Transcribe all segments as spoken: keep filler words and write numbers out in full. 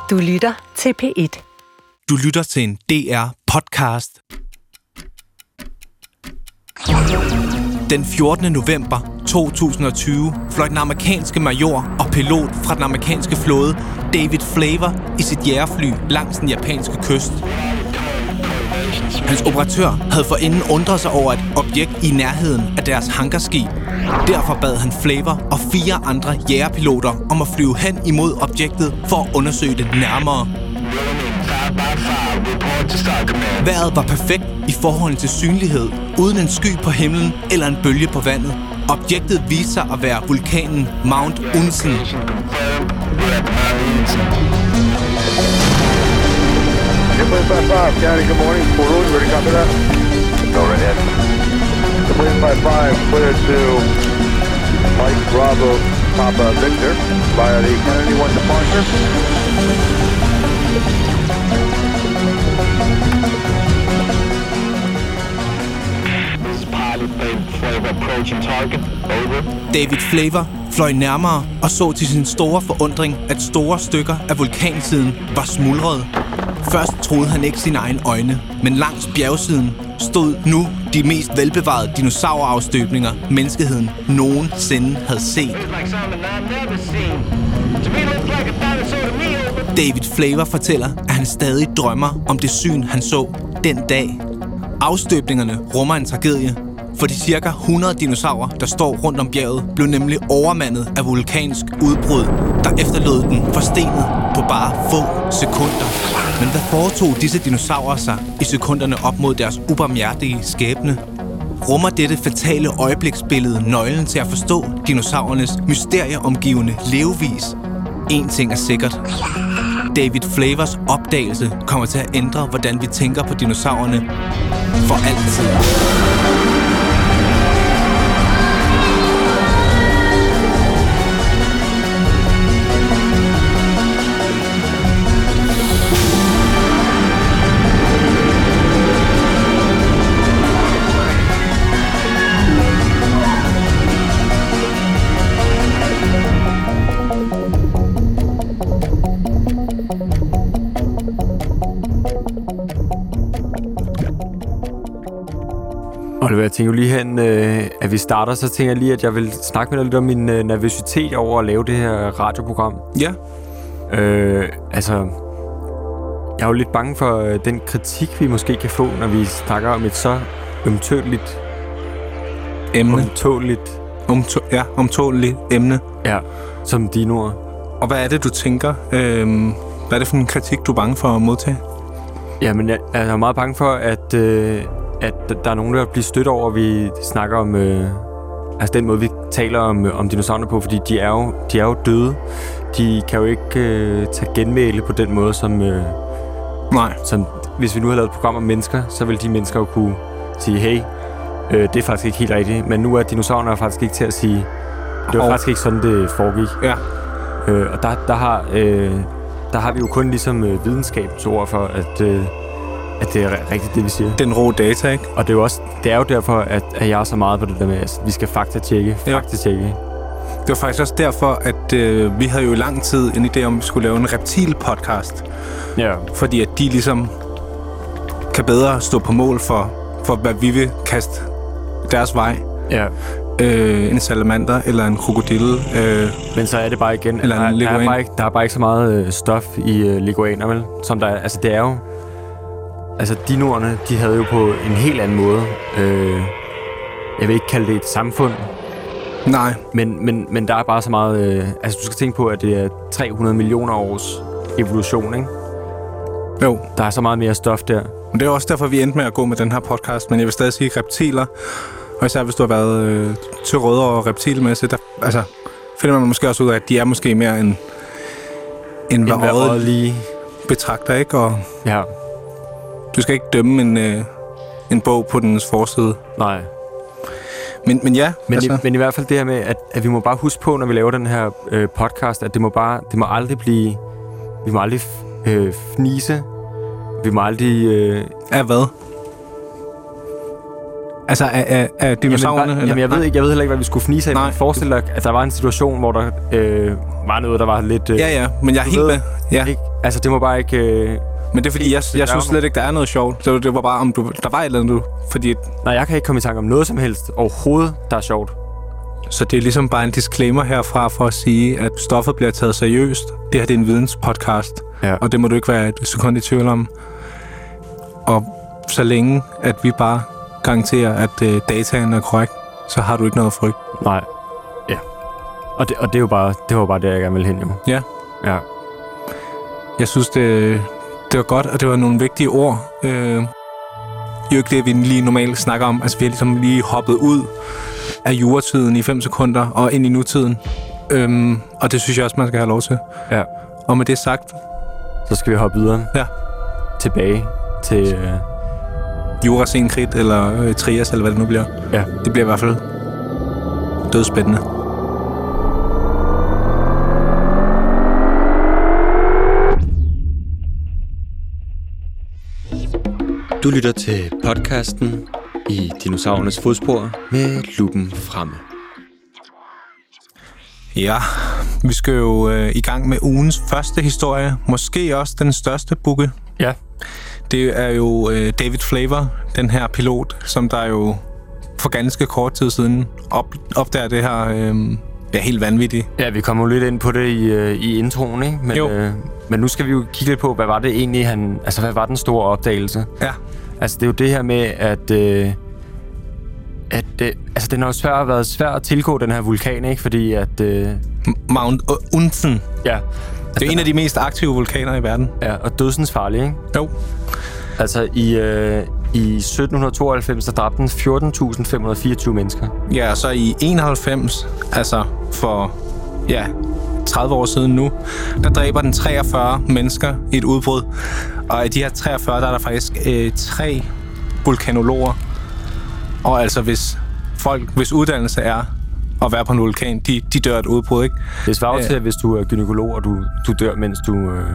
Du lytter til P et. Du lytter til en D R-podcast. Den fjortende november to tusind og tyve fløj den amerikanske major og pilot fra den amerikanske flåde, David Flavor, i sit jagerfly langs den japanske kyst. Hans operatør havde forinden undret sig over et objekt i nærheden af deres hangarskib. Derfor bad han Flavor og fire andre jagerpiloter om at flyve hen imod objektet for at undersøge det nærmere. Vejret var perfekt i forhold til synlighed, uden en sky på himlen eller en bølge på vandet. Objektet viste sig at være vulkanen Mount Unsen. Airplane five five, County, good morning. Fort Road, ready to copy that? Go right ahead. Airplane five five, clear to Mike Bravo, Papa Victor, via the Kennedy one departure. This is pilot David Flavor approaching target. Over. David Flavor fløj nærmere og så til sin store forundring, at store stykker af vulkansiden var smuldret. Først troede han ikke sine egne øjne, men langs bjergsiden stod nu de mest velbevarede dinosaurafstøbninger, menneskeheden nogensinde havde set. David Flavor fortæller, at han stadig drømmer om det syn, han så den dag. Afstøbningerne rummer en tragedie, for de cirka hundrede dinosaurer, der står rundt om bjerget, blev nemlig overmandet af vulkansk udbrud, der efterlod den forstenet på bare få sekunder. Men hvad foretog disse dinosaurer sig i sekunderne op mod deres ubarmhjertige skæbne? Rummer dette fatale øjebliksbillede nøglen til at forstå dinosaurernes mysterieomgivende levevis? En ting er sikkert. David Flavors opdagelse kommer til at ændre, hvordan vi tænker på dinosaurerne for altid. Og jeg tænker lige hen, øh, at vi starter, så tænker jeg lige, at jeg vil snakke med dig lidt om min øh, nervøsitet over at lave det her radioprogram. Ja. Øh, altså, jeg er jo lidt bange for øh, den kritik, vi måske kan få, når vi snakker om et så ømtåligt emne. Ømtåligt. Umtå- ja, omtåligt emne. Ja, som dinoer. Og hvad er det, du tænker? Øhm, hvad er det for en kritik, du er bange for at modtage? Jamen, jeg, jeg er meget bange for, at... Øh, at der er nogen, der bliver stødt over, at vi snakker om øh, altså den måde, vi taler om, om dinosaurerne på, fordi de er jo, de er jo døde. De kan jo ikke øh, tage genmæle på den måde, som, øh, Nej. som hvis vi nu har lavet et program om mennesker, så vil de mennesker jo kunne sige, hey, øh, det er faktisk ikke helt rigtigt, men nu er dinosaurerne faktisk ikke til at sige, det var oh. faktisk ikke sådan, det foregik. Ja. Øh, og der, der, har, øh, der har vi jo kun ligesom øh, videnskabens ord for, at... Øh, at det er rigtigt, det vi siger. Den rå data, ikke? Og det er jo også, det er jo derfor, at, at jeg er så meget på det der med, at vi skal faktatjekke, faktatjekke. Det var faktisk også derfor, at øh, vi havde jo i lang tid en idé om, at vi skulle lave en reptil-podcast. Ja. Fordi at de ligesom kan bedre stå på mål for, for hvad vi vil kaste deres vej. Ja. Øh, en salamander eller en krokodille. Øh, Men så er det bare igen, eller der, en der, er bare ikke, der er bare ikke så meget øh, stof i øh, leguaner, vel? Som der, altså det er jo... Altså, dinoerne, de havde jo på en helt anden måde, øh, jeg vil ikke kalde det et samfund. Nej. Men, men, men der er bare så meget, øh, altså du skal tænke på, at det er tre hundrede millioner års evolution, ikke? Jo. Der er så meget mere stof der. Men det er også derfor, vi endte med at gå med den her podcast, men jeg vil stadig sige reptiler, og især hvis du har været øh, til rødder og reptilmæssigt, der, altså, finder man måske også ud af, at de er måske mere en, en hvad øjet lige betragter, ikke? Og ja. Du skal ikke dømme en, øh, en bog på dens forside. Nej. Men, men ja. Men, altså. i, men i hvert fald det her med, at, at vi må bare huske på, når vi laver den her øh, podcast, at det må bare, det må aldrig blive, vi må aldrig øh, fnise, vi må aldrig... Øh, af hvad? Altså af, af, af dinosaurerne? Jamen, jamen, jeg ved ikke, jeg ved heller ikke, hvad vi skulle fnise af. Men forestil dig, at der var en situation, hvor der øh, var noget, der var lidt... Øh, ja, ja, men jeg er helt med. Ja. Ikke? Altså, det må bare ikke... Øh, men det er fordi, jeg, jeg synes slet ikke, der er noget sjovt. Så det var bare, om du, der var et eller andet, du... Fordi... Nej, jeg kan ikke komme i tanke om noget som helst overhovedet, der er sjovt. Så det er ligesom bare en disclaimer herfra for at sige, at stoffet bliver taget seriøst. Det her det er en videnspodcast, ja. Og det må du ikke være et sekund i tvivl om. Og så længe, at vi bare garanterer, at øh, dataen er korrekt, så har du ikke noget frygt. Nej. Ja. Og det, og det er jo bare, det var bare det, jeg gerne ville hen, jo. Ja. Ja. Jeg synes, det, det var godt, og det var nogle vigtige ord. Øh, jo ikke det, vi lige normalt snakker om. Altså, vi har ligesom lige hoppet ud af juratiden i fem sekunder og ind i nutiden. Øhm, og det synes jeg også, man skal have lov til. Ja. Og med det sagt... Så skal vi hoppe videre. Ja. Tilbage til... Øh... Jurasenkridt, eller øh, Trias, eller hvad det nu bliver. Ja. Det bliver i hvert fald dødspændende. Du lytter til podcasten I dinosaurernes fodspor med luppen fremme. Ja, vi skal jo øh, i gang med ugens første historie. Måske også den største, Bugge. Ja. Det er jo øh, David Flavor, den her pilot, som der jo for ganske kort tid siden op, opdager det her øh, ja, helt vanvittigt. Ja, vi kommer jo lidt ind på det i, øh, i introen, ikke? Men, øh, men nu skal vi jo kigge lidt på, hvad var det egentlig, han... Altså, hvad var den store opdagelse? Ja. Altså, det er jo det her med, at... Øh, at øh, altså, den har jo svært, været svært at tilgå, den her vulkan, ikke? Fordi at... Øh, Mount Unsen. Ja. Det er en af de mest aktive vulkaner i verden. Ja, og dødsensfarlig, ikke? Jo. Altså, i, øh, i sytten tooghalvfems, der dræbte den fjorten tusind fem hundrede fireogtyve mennesker. Ja, og så i enoghalvfems, altså for ja, tredive år siden nu, der dræber den treogfyrre mennesker i et udbrud. Og af de her treogfyrre, der er der faktisk øh, tre vulkanologer. Og altså, hvis folk, hvis uddannelse er at være på en vulkan, de, de dør et udbrud, ikke? Det svarer til, at hvis du er gynekolog, og du, du dør, mens du... Øh,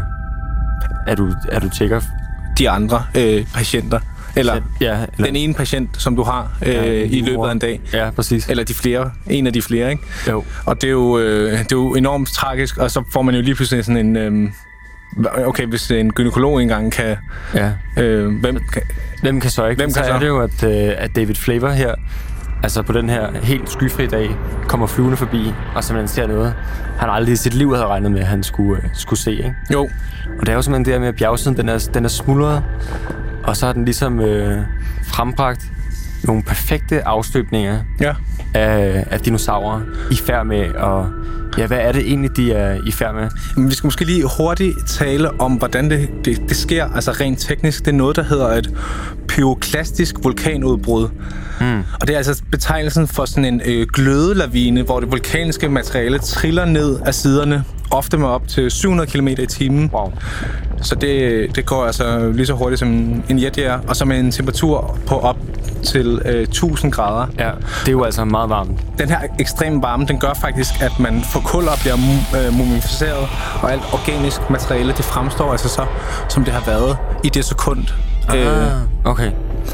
er du, er du tjekker de andre øh, patienter. Eller, ja, eller den ene patient, som du har øh, ja, i løbet af en dag. Ja, præcis. Eller de flere. En af de flere, ikke? Jo. Og det er jo, øh, det er jo enormt tragisk, og så får man jo lige pludselig sådan en... Øh, okay, hvis en gynekolog engang kan... Ja. Øh, hvem, kan hvem kan så ikke? Hvem kan så så? er det jo, at, øh, at David Flavor her, altså på den her helt skyfri dag, kommer flyvende forbi, og simpelthen ser noget, han aldrig i sit liv havde regnet med, at han skulle, øh, skulle se, ikke? Jo. Og det er jo simpelthen det her med, at bjergsiden, den er, den er smuldret, og så har den ligesom øh, frembragt nogle perfekte afstøbninger ja. af, af dinosaurer i færd med at... Ja, hvad er det egentlig, de er i færd med? Vi skal måske lige hurtigt tale om, hvordan det, det, det sker, altså rent teknisk. Det er noget, der hedder et pyroklastisk vulkanudbrud. Mm. Og det er altså betegnelsen for sådan en øh, glødelavine, hvor det vulkaniske materiale triller ned af siderne, ofte med op til syv hundrede kilometer i timen. Wow. Så det, det går altså lige så hurtigt som en jetjager, og så med en temperatur på op til øh, tusind grader. Ja, det er jo altså meget varmt. Den her ekstreme varme, den gør faktisk, at man får kul og bliver øh, mumificeret, og alt organisk materiale, det fremstår altså så, som det har været i det sekund. Ah, okay.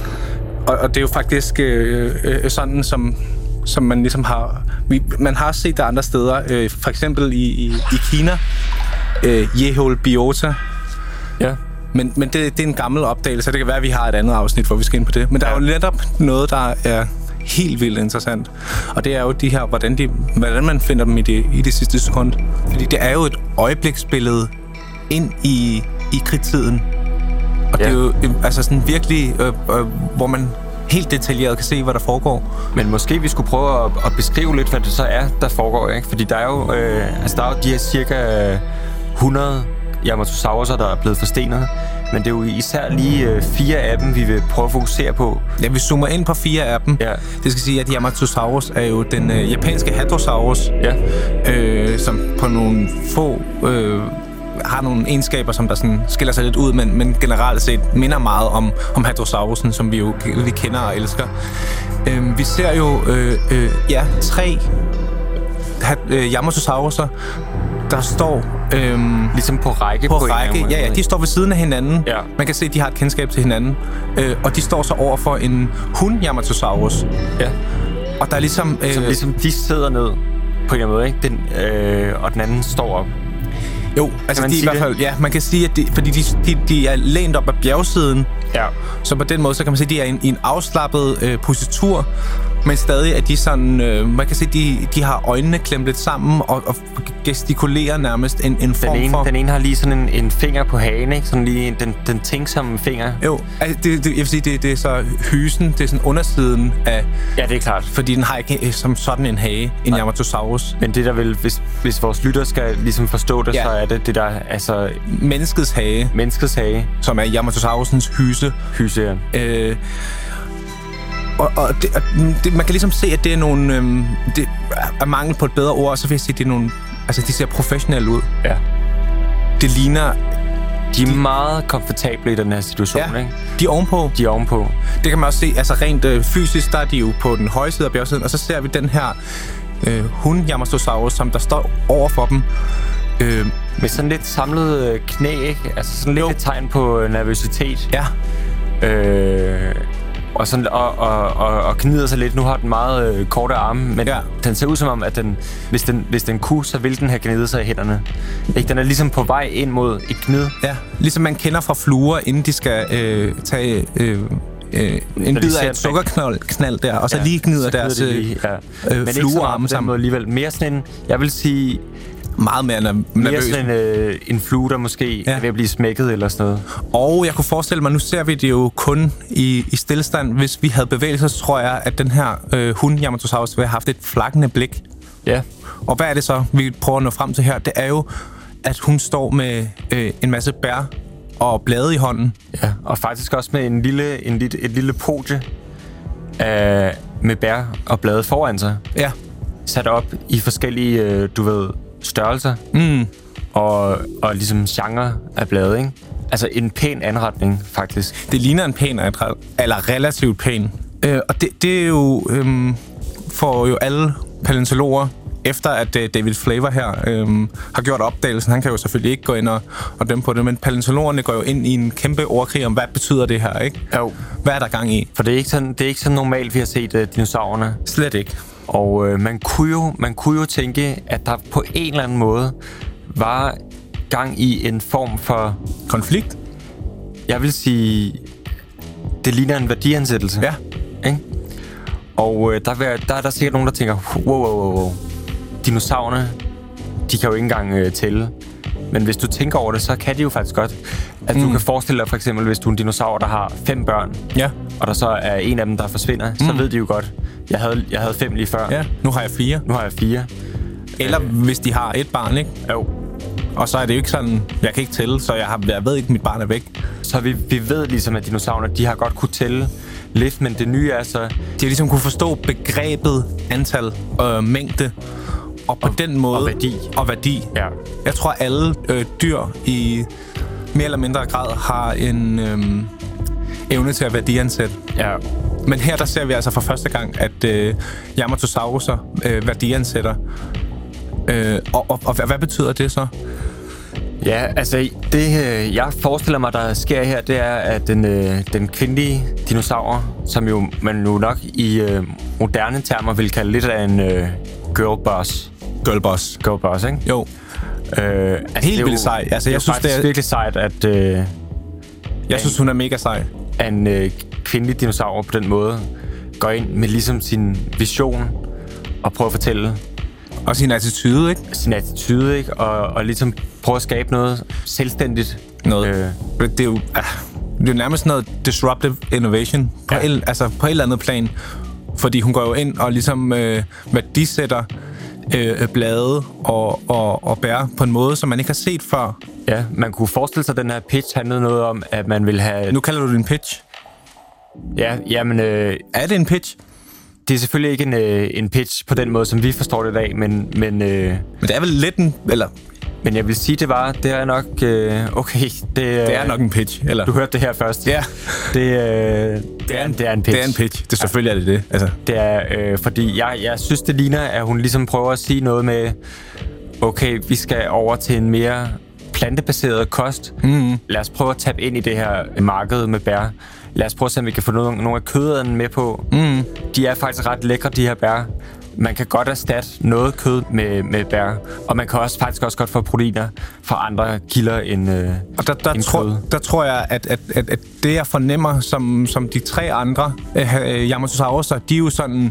Og, og det er jo faktisk øh, øh, sådan, som, som man ligesom har... Vi, man har set det andre steder, øh, for eksempel i, i, i Kina, øh, Jehol Biota. Ja. Men, men det, det er en gammel opdagelse, det kan være, at vi har et andet afsnit, hvor vi skal ind på det. Men der ja. er jo netop noget, der er helt vildt interessant. Og det er jo de her, hvordan, de, hvordan man finder dem i det, i det sidste sekund. Fordi det er jo et øjebliksbillede ind i, i kridttiden. Og ja. det er jo altså sådan virkelig, øh, øh, hvor man helt detaljeret kan se, hvad der foregår. Men måske vi skulle prøve at, at beskrive lidt, hvad det så er, der foregår, ikke? Fordi der er jo, øh, altså der er jo de her cirka hundrede Yamatosaurus'er, der er blevet forstenet. Men det er jo især lige øh, fire af dem, vi vil prøve at fokusere på. Ja, vi zoomer ind på fire af dem. Ja. Det skal sige, at Yamatosaurus er jo den øh, japanske Hadrosaurus, ja. øh, som på nogle få... Øh, har nogle egenskaber, som der sådan skiller sig lidt ud, men, men generelt set minder meget om, om Hadrosaurusen, som vi jo vi kender og elsker. Øh, vi ser jo øh, øh, ja, tre øh, Yamatosaurus'er, der står... Øhm, ligesom på række på, på række. en Ja, ja, de står ved siden af hinanden. Ja. Man kan se, at de har et kendskab til hinanden. Øh, og de står så over for en hund Yamatosaurus. Ja. Og der er ligesom... Øh, Som ligesom de sidder ned på en eller anden måde, ikke? Den, øh, og den anden står op. Jo, altså man de i sige hvert fald... det? Ja, man kan sige, at de, fordi de, de, de er lænt op ad bjergsiden. Ja. Så på den måde, så kan man se, at de er i en, i en afslappet øh, positur. Men stadig er de sådan... Øh, man kan se, at de, de har øjnene klemt lidt sammen og, og gestikulerer nærmest en, en form Den ene, for... den ene har lige sådan en, en finger på hagen, ikke? Sådan lige den, den tænksomme finger. Jo, altså det, det, jeg vil sige, det, det er så hysen, det er sådan undersiden af... Ja, det er klart. Fordi den har ikke som sådan en hage, en Yamatosaurus. Men det der vil, hvis, hvis vores lytter skal ligesom forstå det, Ja. så er det det der, altså Menneskets hage, menneskets hage, som er Yamatosaurusens hyse. hyse. Øh, og og, det, og det, man kan ligesom se, at det er nogle... Øhm, det er mangel på et bedre ord, så vil jeg sige, at det er nogle... Altså, de ser professionelle ud. Ja. Det ligner... De er meget komfortable i den her situation, Ja, ikke? de er ovenpå. De er ovenpå. Det kan man også se, altså rent øh, fysisk, der er de jo på den høje side af bjergsiden, og så ser vi den her øh, hund Yamatosaurus, som der står over for dem. Øh, Med sådan lidt samlet øh, knæ, ikke? Altså sådan lidt Jo. et tegn på øh, nervøsitet. ja, Øh, og, sådan, og, og, og, og gnider sig lidt. Nu har den meget øh, korte arme, men Ja. den ser ud som om, at den, hvis, den, hvis den kunne, så ville den have gnidet sig i hænderne. Ikke? Den er ligesom på vej ind mod et gnid. ja. Ligesom man kender fra fluer, inden de skal øh, tage øh, øh, en de bid ser af et et sukkerknald knald der, og så Ja, lige gnider så deres de lige, ja. øh, Men ikke så meget fluearme på den sammen. måde alligevel. Mere sådan en, jeg vil sige, Meget mere nerv- mere nervøs. sådan en, øh, en flue, der måske Ja. er ved at blive smækket eller sådan noget. Og jeg kunne forestille mig, nu ser vi det jo kun i, i stillestand. Hvis vi havde bevægelser, så tror jeg, at den her øh, hund Yamatosaurus ville have haft et flakkende blik. Ja. Og hvad er det så, vi prøver at nå frem til her? Det er jo, at hun står med øh, en masse bær og blade i hånden. Ja, og faktisk også med en lille, en lille, et lille podie af, med bær og blade foran sig. Ja. Sat op i forskellige, øh, du ved, størrelser. Mm. Og, og ligesom genre af blade, ikke? Altså en pæn anretning, faktisk. Det ligner en pæn, eller relativt pæn. Øh, og det, det er jo øh, for jo alle palæontologer, efter at øh, David Flavor her øh, har gjort opdagelsen. Han kan jo selvfølgelig ikke gå ind og, og dømme på det, men palæontologerne går jo ind i en kæmpe ordkrig om, hvad betyder det her, ikke? Jo. Hvad er der gang i? For det er ikke sådan, det er ikke sådan normalt, vi har set uh, dinosaurerne. Slet ikke. Og øh, man, kunne jo, man kunne jo tænke, at der på en eller anden måde var gang i en form for... Konflikt? Jeg vil sige, det ligner en værdiansættelse. Ja. Ikke? Og øh, der, vil, der er der sikkert nogen, der tænker, wow, wow, wow, wow. Dinosaurerne, de kan jo ikke engang øh, tælle. Men hvis du tænker over det, så kan de jo faktisk godt. Altså, mm. du kan forestille dig for eksempel, hvis du er en dinosaur, der har fem børn, Ja. og der så er en af dem, der forsvinder, mm. så ved de jo godt, jeg havde, jeg havde fem lige før. Ja. Nu har jeg fire. Nu har jeg fire. Eller hvis de har et barn, ikke? Jo. Og så er det jo ikke sådan, jeg kan ikke tælle, så jeg, har, jeg ved ikke, at mit barn er væk. Så vi, vi ved ligesom, at dinosaurerne, de har godt kunne tælle lidt, men det nye er så... De har ligesom kunne forstå begrebet antal og øh, mængde, og på Og- den måde... og værdi. Og værdi. Ja. Jeg tror, alle øh, dyr i mere eller mindre grad har en øh, evne til at værdiansætte. Ja. Men her der ser vi altså for første gang, at øh, Yamatosauruser øh, værdiansætter. Øh, og, og, og hvad betyder det så? Ja, altså det, øh, jeg forestiller mig, der sker her, det er, at den, øh, den kvindelige dinosaur, som jo man nu nok i øh, moderne termer vil kalde lidt af en øh, girl boss. Girlboss. Girl boss, ikke? Jo. Øh, altså, Helt det er jo- vildt sej. Altså, det er jeg jo synes, faktisk det er- virkelig sejt, at øh, Jeg synes, hun er mega sej. en øh, kvindelig dinosaur på den måde går ind med ligesom sin vision og prøver at fortælle Og sin attitude, ikke? sin attitude, ikke? Og, og ligesom prøve at skabe noget selvstændigt. Noget. Øh, Det er jo, ah, det er jo nærmest noget disruptive innovation på, Ja. ja. el, altså på et eller andet plan. Fordi hun går jo ind og ligesom øh, værdisætter øh, blade og, og, og bær på en måde, som man ikke har set før. ja, man kunne forestille sig, at den her pitch handlede noget om, at man vil have... Nu kalder du det en pitch. Ja, jamen, øh, Er det en pitch? det er selvfølgelig ikke en, øh, en pitch på den måde, som vi forstår det i dag, men, men, øh, Men det er vel lidt en... Eller, men jeg vil sige, det var, det er nok... Øh, okay, det, det er nok en pitch, eller? Du hørte det her først. Ja. Det, øh, det, er, en, det er en pitch. Det er en pitch. Det er selvfølgelig er det det. Altså. Det er, øh, fordi jeg, jeg synes, det ligner, at hun ligesom prøver at sige noget med... okay, vi skal over til en mere plantebaseret kost. Mm. Lad os prøve at tabe ind i det her marked med bær. Lad os prøve at se, om vi kan få nogle, nogle af køderne med på. Mm. De er faktisk ret lækre, de her bær. Man kan godt erstatte noget kød med, med bær, og man kan også faktisk også godt få proteiner fra andre kilder end, øh, og der, der, end tror, kød. der tror jeg, at, at, at, at det, jeg fornemmer, som, som de tre andre øh, Yamatosaurus'er, de er jo sådan...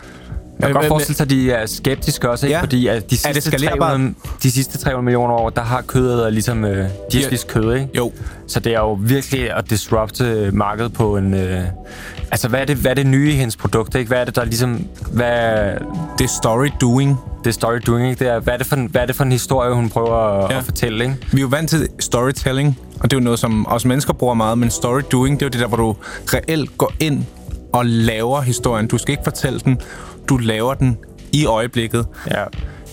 Man kan godt forestille sig, at de er skeptiske også, ikke? Ja. Fordi at de, sidste tre hundrede, de sidste tre hundrede millioner år, der har kødet ligesom... Øh, de har spist kød, ikke? Jo. Så det er jo virkelig at disrupte markedet på en... Øh, altså, hvad er, det, hvad er det nye i hendes produkt, ikke? Hvad er det, der ligesom... Hvad, det er story doing. Det er story doing, ikke? Det er, hvad, er det for en, hvad er det for en historie, hun prøver at, ja. at fortælle, ikke? Vi er jo vant til storytelling, og det er jo noget, som os mennesker bruger meget, men story doing, det er jo det der, hvor du reelt går ind og laver historien. Du skal ikke fortælle den, du laver den i øjeblikket. Ja.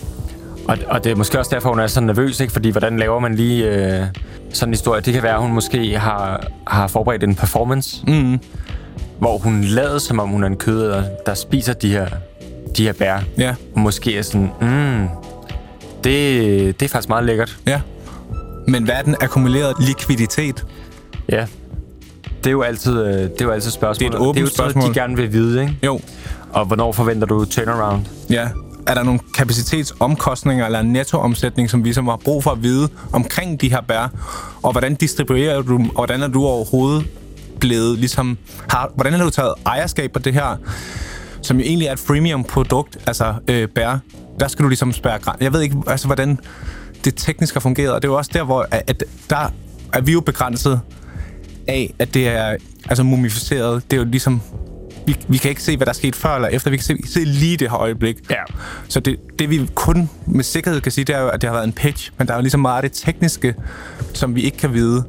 Og, og det er måske også derfor, hun er så nervøs, ikke? Fordi hvordan laver man lige øh, sådan en historie? Det kan være, at hun måske har, har forberedt en performance, mm. hvor hun lader, som om hun er en kødæder, der spiser de her, de her bær. Ja. Og måske er sådan, mm, det, det er faktisk meget lækkert. Ja. Men hvad er den akkumulerede likviditet? Ja. Det er jo altid, det er jo altid spørgsmål. Det er et åbent det er jo spørgsmål. Noget, de gerne vil vide, ikke? Jo. Og hvornår forventer du turnaround? Ja. Er der nogle kapacitetsomkostninger eller nettoomsætning, som vi som har brug for at vide omkring de her bær? Og hvordan distribuerer du dem? Og hvordan er du overhovedet blevet ligesom... Har, hvordan har du taget ejerskab på det her, som jo egentlig er et freemium-produkt, altså øh, bær? Der skal du ligesom spærre græn. Jeg ved ikke, altså, hvordan det teknisk har fungeret. Og det er jo også der, hvor at, at der er vi jo begrænset af, at det er altså mumificeret. Det er jo ligesom... Vi, vi kan ikke se, hvad der er sket før eller efter. Vi kan se, vi kan se lige det her øjeblik. Ja. Så det, det, vi kun med sikkerhed kan sige, det er jo, at det har været en pitch. Men der er jo ligesom meget af det tekniske, som vi ikke kan vide.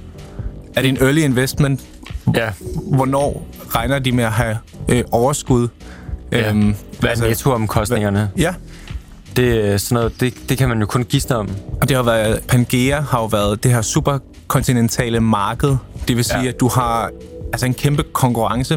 Er det en early investment? Ja. Hvornår regner de med at have øh, overskud? Ja. Øhm, hvad er altså, nettoomkostningerne? Ja. Det, sådan noget, det, det kan man jo kun gisne om. Og det har været, Pangea har jo været det her superkontinentale marked. Det vil sige, ja. at du har altså en kæmpe konkurrence.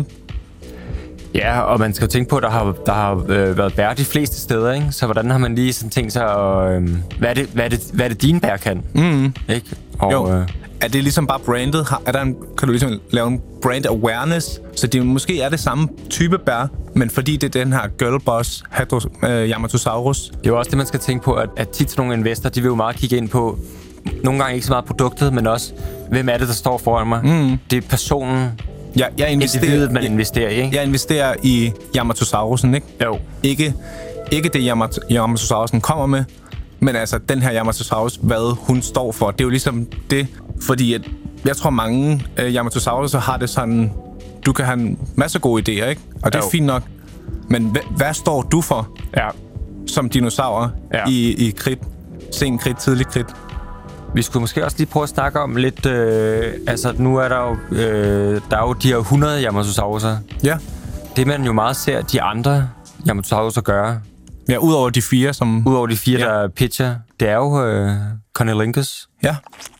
Ja, og man skal jo tænke på, at der har, der har øh, været bær de fleste steder, ikke? Så hvordan har man lige sådan tænkt sig at... Øh, hvad, er det, hvad, er det, hvad er det, dine bær kan? Mm. Ikke? Og, jo. Øh, er det ligesom bare brandet? Har, er der en, kan du ligesom lave en brand awareness? Så det måske er det samme type bær, men fordi det er den her girlboss Hadros, øh, Yamatosaurus. Det er jo også det, man skal tænke på, at, at tit nogle investorer, de vil jo meget kigge ind på, nogle gange ikke så meget produktet, men også, hvem er det, der står foran mig? Mm. Det er personen, ja, jeg investerer, individet, man investerer i, ikke? Jeg investerer i Yamatosaurusen, ikke? Jo. Ikke, ikke det, Yamat- Yamatosaurusen kommer med, men altså den her Yamatosaurus, hvad hun står for. Det er jo ligesom det, fordi at, jeg tror mange uh, Yamatosauruser har det sådan, du kan have en masse gode idéer, ikke? Og det er jo fint nok. Men hva- hvad står du for ja. som dinosaur ja. i, i kridt? Sen kridt, tidlig kridt? Vi skulle måske også lige prøve at snakke om lidt... Øh, altså, nu er der jo, øh, der er jo de her hundrede Yamatosauruser. Ja. Det man jo meget ser de andre Yamatosauruser gøre. Ja, udover de fire, som... Udover de fire, ja. der pitcher. Det er jo øh, Cornelingus. Ja.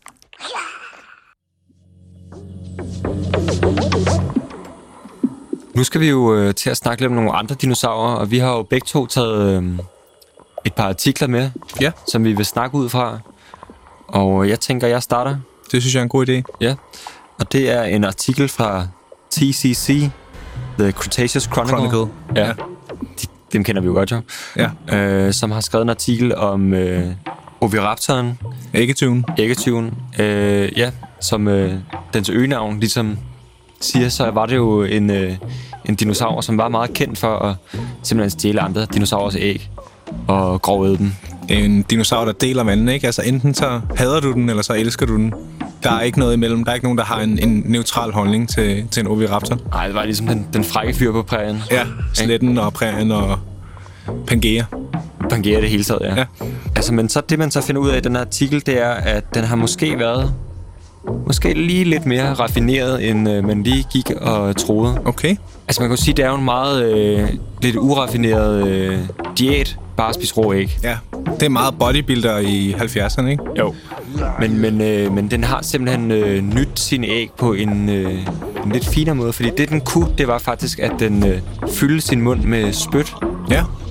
Nu skal vi jo øh, til at snakke lidt om nogle andre dinosaurer, og vi har jo begge to taget øh, et par artikler med, ja. som vi vil snakke ud fra. Og jeg tænker, jeg starter. Det synes jeg er en god idé. Ja, og det er en artikel fra T C C, The Cretaceous Chronicle. Chronicle. Ja, ja. De, dem kender vi jo godt, jo. Ja. Øh, som har skrevet en artikel om øh, Oviraptoren. Æggetyven. Æggetyven. Øh, ja, som øh, dens øgenavn ligesom siger, så var det jo en, øh, en dinosaur, som var meget kendt for at simpelthen stjæle andre dinosaurers æg og grovede dem. En dinosaur, der deler vandene, ikke? Altså enten så hader du den, eller så elsker du den. Der er ikke noget imellem. Der er ikke nogen, der har en, en neutral holdning til, til en oviraptor. Nej, det var ligesom den, den frække fyr på prærien. Ja, sletten og prærien og Pangea. Pangea det hele taget, ja. ja. Altså, men så det, man så finder ud af i den her artikel, det er, at den har måske været måske lige lidt mere raffineret, end øh, man lige gik og troede. Okay. Altså, man kan jo sige, det er jo en meget øh, lidt uraffineret øh, diæt, bare at spise rå æg. Ja, det er meget bodybuilder i halvfjerdserne, ikke? Jo. Men, men, øh, men den har simpelthen øh, nyt sine æg på en, øh, en lidt finere måde, fordi det, den kunne, det var faktisk, at den øh, fyldte sin mund med spyt. Ja.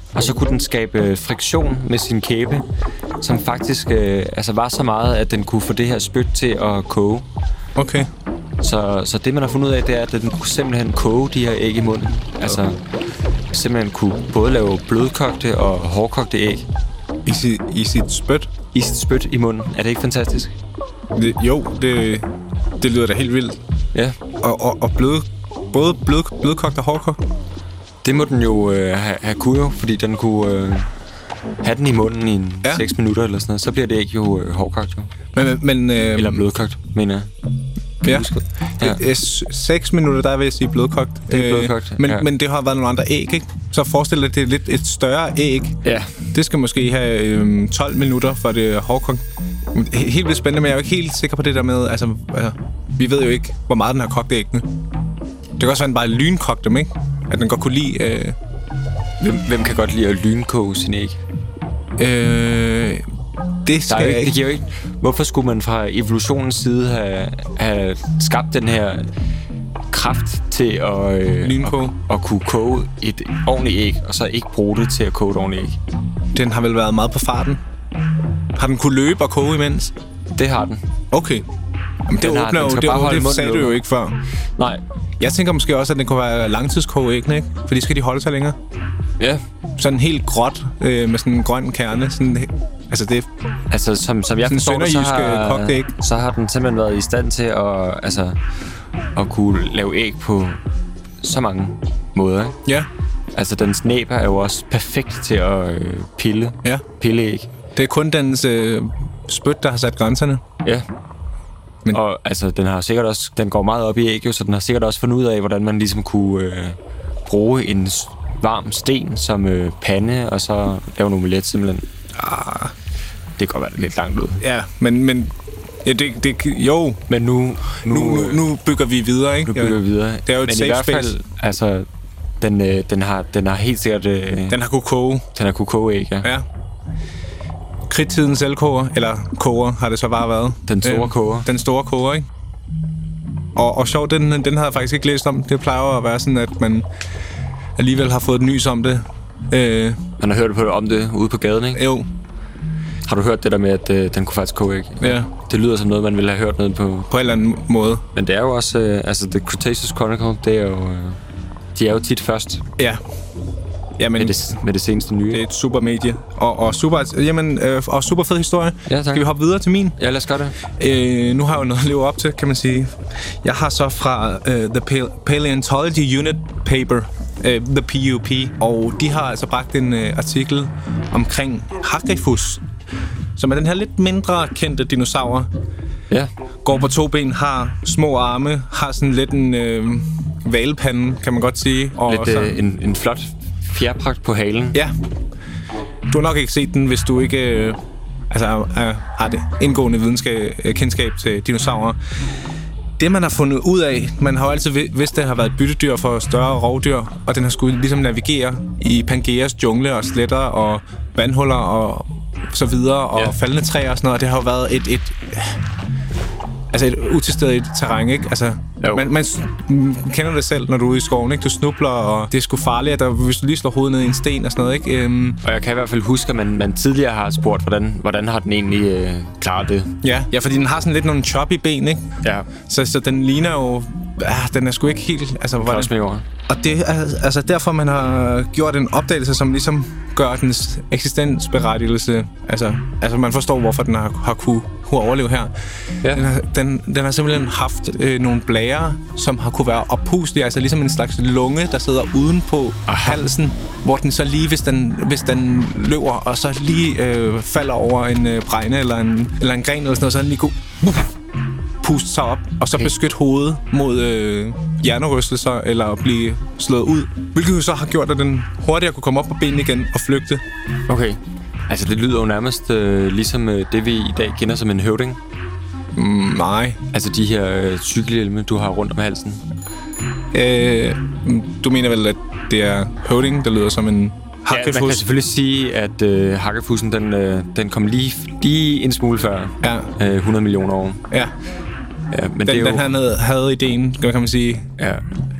Og så kunne den skabe friktion med sin kæbe, som faktisk øh, altså var så meget, at den kunne få det her spyt til at koge. Okay. Så, så det, man har fundet ud af, det er, at den kunne simpelthen koge de her æg i munden. Altså simpelthen kunne både lave blødkogte og hårdkogte æg. I, si, i sit spyt? I sit spyt i munden. Er det ikke fantastisk? Det, jo, det, det lyder da helt vildt. Ja. Og, og, og blød, både blød, blødkogt og hårdkogt? Det må den jo øh, have, have kunne jo, fordi den kunne øh, have den i munden i en ja. seks minutter eller sådan noget. Så bliver det ikke jo øh, hårdkogt jo. Men, men, øh, eller blødkogt, mener jeg. Ja, ja. seks minutter, der vil jeg sige blødkogt. Det er blødkogt, men, ja. men det har været nogle andre æg, ikke? Så forestil dig, at det er lidt et større æg. Ja. Det skal måske have øhm, tolv minutter, for det er hårdkogt. Helt vildt spændende, men jeg er jo ikke helt sikker på det der med, altså, altså vi ved jo ikke, hvor meget den har kogt æggene. Det kan også være, at den bare lynkogt dem, ikke? At den godt kunne lide... Øh... Hvem, hvem kan godt lide at lynkoge sin æg? Øh... Det skal ikke, jeg ikke. Det giver jo ikke... Hvorfor skulle man fra evolutionens side have, have skabt den her kraft til at, øh, at, at kunne koge et ordentligt æg, og så ikke bruge det til at koge et ordentligt æg? Den har vel været meget på farten. Har den kunne løbe og koge imens? Det har den. Okay. Jamen, det den åbner har, jo, det, det sagde du jo ikke før. Nej. Jeg tænker måske også, at den kunne være langtidskoge æggene, ikke? For de skal de holde sig længere. Ja. Sådan helt gråt, øh, med sådan en grøn kerne. Sådan, altså det altså, som, som jeg forstår det, så har, så har den simpelthen været i stand til at, altså, at kunne lave æg på så mange måder, ikke? Ja. Altså, dens næb er jo også perfekt til at øh, pille, ja. pille æg. Det er kun dens øh, spyt, der har sat grænserne. Ja. Men. Og altså, den har sikkert også, den går meget op i æg, jo, så den har sikkert også fundet ud af, hvordan man ligesom kunne øh, bruge en varm sten som øh, pande, og så lave en omelet simpelthen. Ah. Det kan godt være lidt langt ud. Ja, men, men ja, det, det, jo. Men nu nu, nu, nu, nu bygger vi videre, ikke? Nu bygger vi videre. Det er jo et men safe i hvert fald, space. Altså, den, øh, den, har, den har helt sikkert... Øh, den har kunne koge. Den har kunne koge æg, ja. Ja. Kridttidens selvkoger, eller koger, har det så bare været. Den store øh, koger. Den store koger, ikke? Og, og sjovt, den, den havde jeg faktisk ikke læst om. Det plejer at være sådan, at man alligevel har fået et nys om det. Øh, man har hørt på det, om det ude på gaden, ikke? Jo. Har du hørt det der med, at øh, den kunne faktisk koge æg? Ja. Det lyder som noget, man ville have hørt noget på... På en eller anden måde. Men det er jo også... Øh, altså, The Cretaceous Chronicle, det er jo... Øh, de er jo tit først. Ja. Jamen, med, det, med det seneste nye. Det er et super medie. Og, og, super, jamen, øh, og super fed historie. Ja, tak. Skal vi hoppe videre til min? Ja, lad os gøre det. Øh, nu har jeg jo noget at leve op til, kan man sige. Jeg har så fra uh, The Pale- Paleontology Unit Paper, uh, The P U P, og de har altså bragt en uh, artikel omkring Hagrifus, som er den her lidt mindre kendte dinosaur. Ja. Går på to ben, har små arme, har sådan lidt en øh, hvalpande, kan man godt sige. Og lidt øh, en, en flot fjerpragt på halen. Ja. Du har nok ikke set den, hvis du ikke øh, altså, øh, har det indgående videnskab, øh, kendskab til dinosaurer. Det, man har fundet ud af, man har jo altid vidst, at det har været et byttedyr for større rovdyr, og den har skulle ligesom navigere i Pangeas jungle og sletter og vandhuller og så videre, og ja. faldende træer og sådan noget, og det har jo været et... et altså et utilstedeligt terræn, ikke? Altså, man, man kender det selv, når du er ude i skoven, ikke? Du snubler, og det er sgu farligt, at der, hvis du lige slår hovedet ned i en sten og sådan noget, ikke? Um... Og jeg kan i hvert fald huske, at man, man tidligere har spurgt, hvordan, hvordan har den egentlig øh, klaret det? Ja, ja, fordi den har sådan lidt nogle choppy ben, ikke? Ja. Så, så den ligner jo... Ah, den er sgu ikke helt... Altså, hvordan... Og det er altså derfor, man har gjort en opdagelse, som ligesom gør dens eksistensberettigelse. Altså, altså man forstår, hvorfor den har, har kunne, kunne overleve her. Ja. Den, har, den, den har simpelthen haft øh, nogle blærer, som har kunne være oppustelige. Altså ligesom en slags lunge, der sidder uden på Aha. halsen. Hvor den så lige, hvis den, hvis den løber, og så lige øh, falder over en øh, bregne eller en, eller en gren eller sådan noget, så den lige kunne... Uh, puste sig op, og så okay. beskytte hovedet mod øh, hjernerystelser eller at blive slået ud. Hvilket jo så har gjort, at den hurtigere kunne komme op på benene igen og flygte. Okay. Altså, det lyder jo nærmest øh, ligesom øh, det, vi i dag kender som en høvding. Mm, nej. Altså de her øh, cykelhjelme, du har rundt om halsen. Øh, du mener vel, at det er høvding, der lyder som en hakkefus? Ja, man kan selvfølgelig sige, at øh, hakkefussen, den, øh, den kom lige, lige en smule før. Ja. Øh, hundrede millioner år. Ja. Ja, men den, det er jo... den her havde ideen, kan man sige. Ja.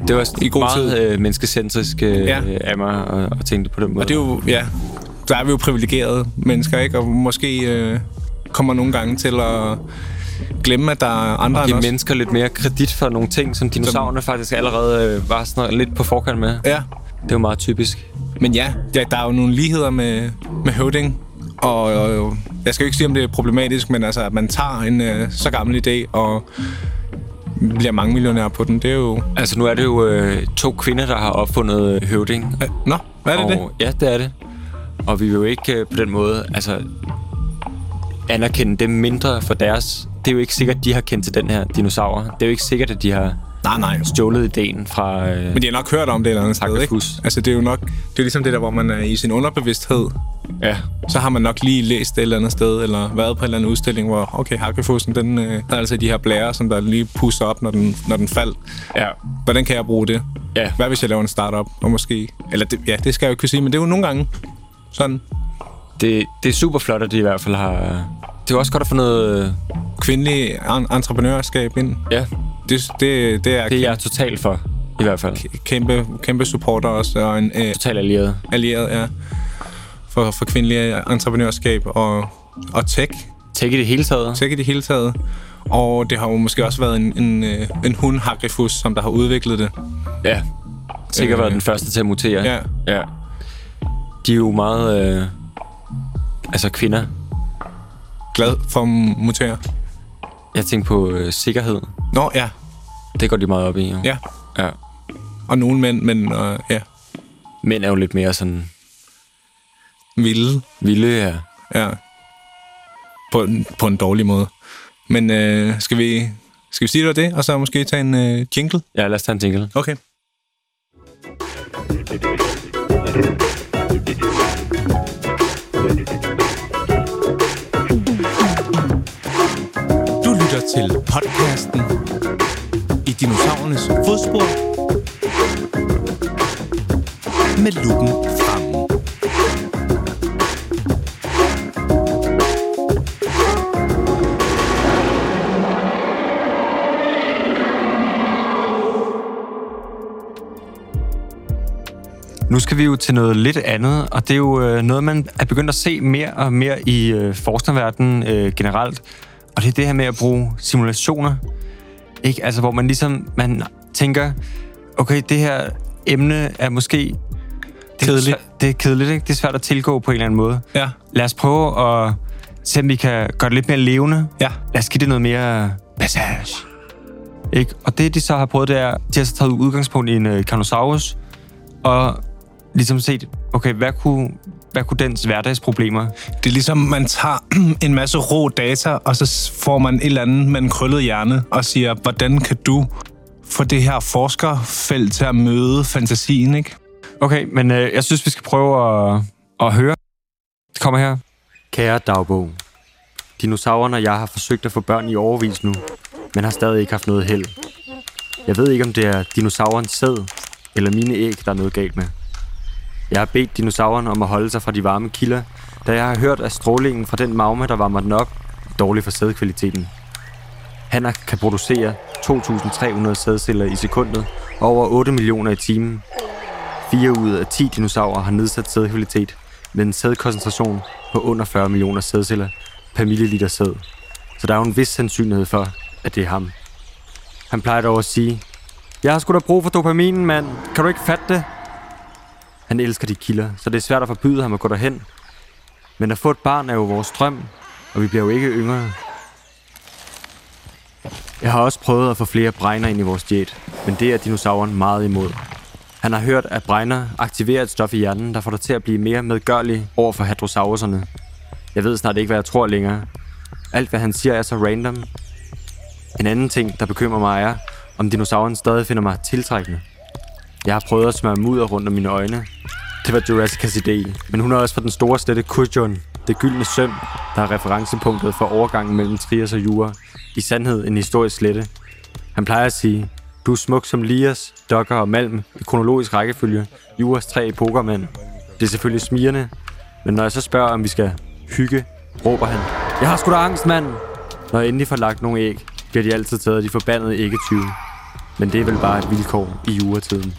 Det var i god meget tid. Øh, menneskecentrisk øh, Ja. af mig at, at tænke det på den måde. Og det er jo, ja, der er vi jo privilegerede mennesker, ikke? Og måske øh, kommer nogle gange til at glemme, at der er andre og end give os. mennesker lidt mere kredit for nogle ting, som dinosaurerne faktisk allerede øh, var sådan lidt på forkant med. Ja, Det er jo meget typisk. men ja, ja, der er jo nogle ligheder med, med Høvding. Og, og jeg skal jo ikke sige, om det er problematisk, men altså, at man tager en øh, så gammel idé og bliver mange millionær på den, det er jo... Altså, nu er det jo øh, to kvinder, der har opfundet Høvding. Øh, Nå, hvad er det og, det? Ja, det er det. Og vi vil jo ikke øh, på den måde altså, anerkende dem mindre for deres... Det er jo ikke sikkert, at de har kendt til den her dinosaur. Det er jo ikke sikkert, at de har Nej, nej. stjålet ideen fra... Øh, Men de har nok hørt om det et eller andet sted, ikke? Hakkefus. Altså, det er jo nok... Det er ligesom det der, hvor man er i sin underbevidsthed. Ja. Så har man nok lige læst det et eller andet sted, eller været på en eller anden udstilling, hvor, okay, Hakkefussen, den øh, der er altså de her blære, som der lige pusser op, når den, når den faldt. Ja. Hvordan kan jeg bruge det? Ja. Hvad hvis jeg laver en startup? Og måske... Eller det, ja, det skal jeg jo ikke kunne sige, men det er jo nogle gange sådan. Det, det er super flot, at de i hvert fald har... Det er også godt at få noget... Kvindelig en- entreprenørskab ind. Ja, Det, det, det er, det er jeg totalt for, i hvert fald. kæmpe, kæmpe supporter også, og en øh, Totalt allieret. allieret, ja, for, for kvindelig entreprenørskab og, og tech. Tech i det hele taget. Tech i det hele taget. Og det har jo måske også været en, en, øh, en hund, Hakrifus, som der har udviklet det. Ja. Sikkert Øh, været den første til at mutere. Ja. Ja. De er jo meget... Øh, altså kvinder. Glad for at mutere. Jeg tænker på øh, sikkerhed. Nå, ja. Det går de meget op i. Jo. Ja. Ja. Og nogle mænd, men øh, ja, Mænd er jo lidt mere sådan vilde. vilde, ja. Ja. På, en- på en dårlig måde. Men øh, skal vi skal vi sige, det var det? Og så måske tage en øh, jingle? Ja, lad os tage en jingle. Okay. Du lytter til podcasten I dinosaurernes fodspor med luppen fremme. Nu skal vi jo til noget lidt andet, og det er jo øh, noget, man er begyndt at se mere og mere i øh, forskerverdenen øh, generelt. Og det er det her med at bruge simulationer. Ikke? Altså, hvor man ligesom man tænker, okay, det her emne er måske... Det er Kedeligt. svært- Det er kedeligt, ikke? Det er svært at tilgå på en eller anden måde. Ja. Lad os prøve at se, om vi kan gøre det lidt mere levende. Ja. Lad os give det noget mere passage. Ikke? Og det, de så har prøvet, det er, de har så taget udgangspunkt i en uh, Carnosaurus, og ligesom set, okay, hvad kunne, hvad kunne dens hverdagsproblemer? Det er ligesom, man tager en masse rå data, og så får man et eller andet med en krøllet hjerne, og siger, hvordan kan du få det her forskerfelt til at møde fantasien, ikke? Okay, men øh, jeg synes, vi skal prøve at, at høre. Det kommer her. Kære dagbog. Dinosaurerne og jeg har forsøgt at få børn i årevis nu, men har stadig ikke haft noget held. Jeg ved ikke, om det er dinosaurens sæd eller mine æg, der er noget galt med. Jeg har bedt dinosaurerne om at holde sig fra de varme kilder, da jeg har hørt, at strålingen fra den magma, der varmer den op, er dårlig for sædkvaliteten. Hanner kan producere to tusind tre hundrede sædceller i sekundet og over otte millioner i timen. Fire ud af ti dinosaurer har nedsat sædkvalitet med en sædkoncentration på under fyrre millioner sædceller per milliliter sæd. Så der er jo en vis sandsynlighed for, at det er ham. Han plejer dog at sige, jeg har sgu da brug for dopaminen, mand. Kan du ikke fatte det? Han elsker de kilder, så det er svært at forbyde ham at gå derhen. Men at få et barn er jo vores drøm, og vi bliver jo ikke yngre. Jeg har også prøvet at få flere bregner ind i vores diæt, men det er dinosauren meget imod. Han har hørt, at bregner aktiverer et stof i hjernen, der får dig til at blive mere medgørlig over for hadrosauruserne. Jeg ved snart ikke, hvad jeg tror længere. Alt, hvad han siger, er så random. En anden ting, der bekymrer mig, er, om dinosauren stadig finder mig tiltrækkende. Jeg har prøvet at smøre mudder rundt om mine øjne. Det var Jurassicas idé, men hun er også fra den store slette Kujon, det gyldne søm, der er referencepunktet for overgangen mellem Trias og Jura. I sandhed en historisk slette. Han plejer at sige, du er smuk som Lias, Dokker og Malm i kronologisk rækkefølge. Juras tre epoker, mand. Det er selvfølgelig smirrende, men når jeg så spørger, om vi skal hygge, råber han, jeg har sgu da angst, mand! Når jeg endelig får lagt nogle æg, bliver de altid taget af de forbandede æggetyve. Men det er vel bare et vilkår i juretiden.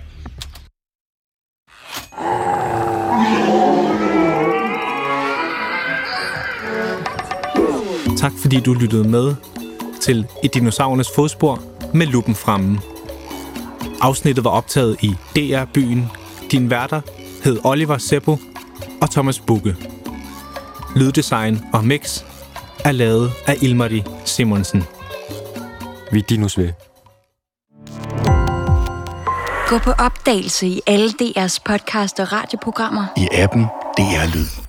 Tak fordi du lyttede med til I dinosaurernes fodspor med luppen fremme. Afsnittet var optaget i D R-byen. Din værter hed Oliver Seppo og Thomas Bugge. Lyddesign og mix er lavet af Ilmari Simonsen. Vi er dinos ved. Gå på opdagelse i alle D R's podcast og radioprogrammer. I appen D R Lyd.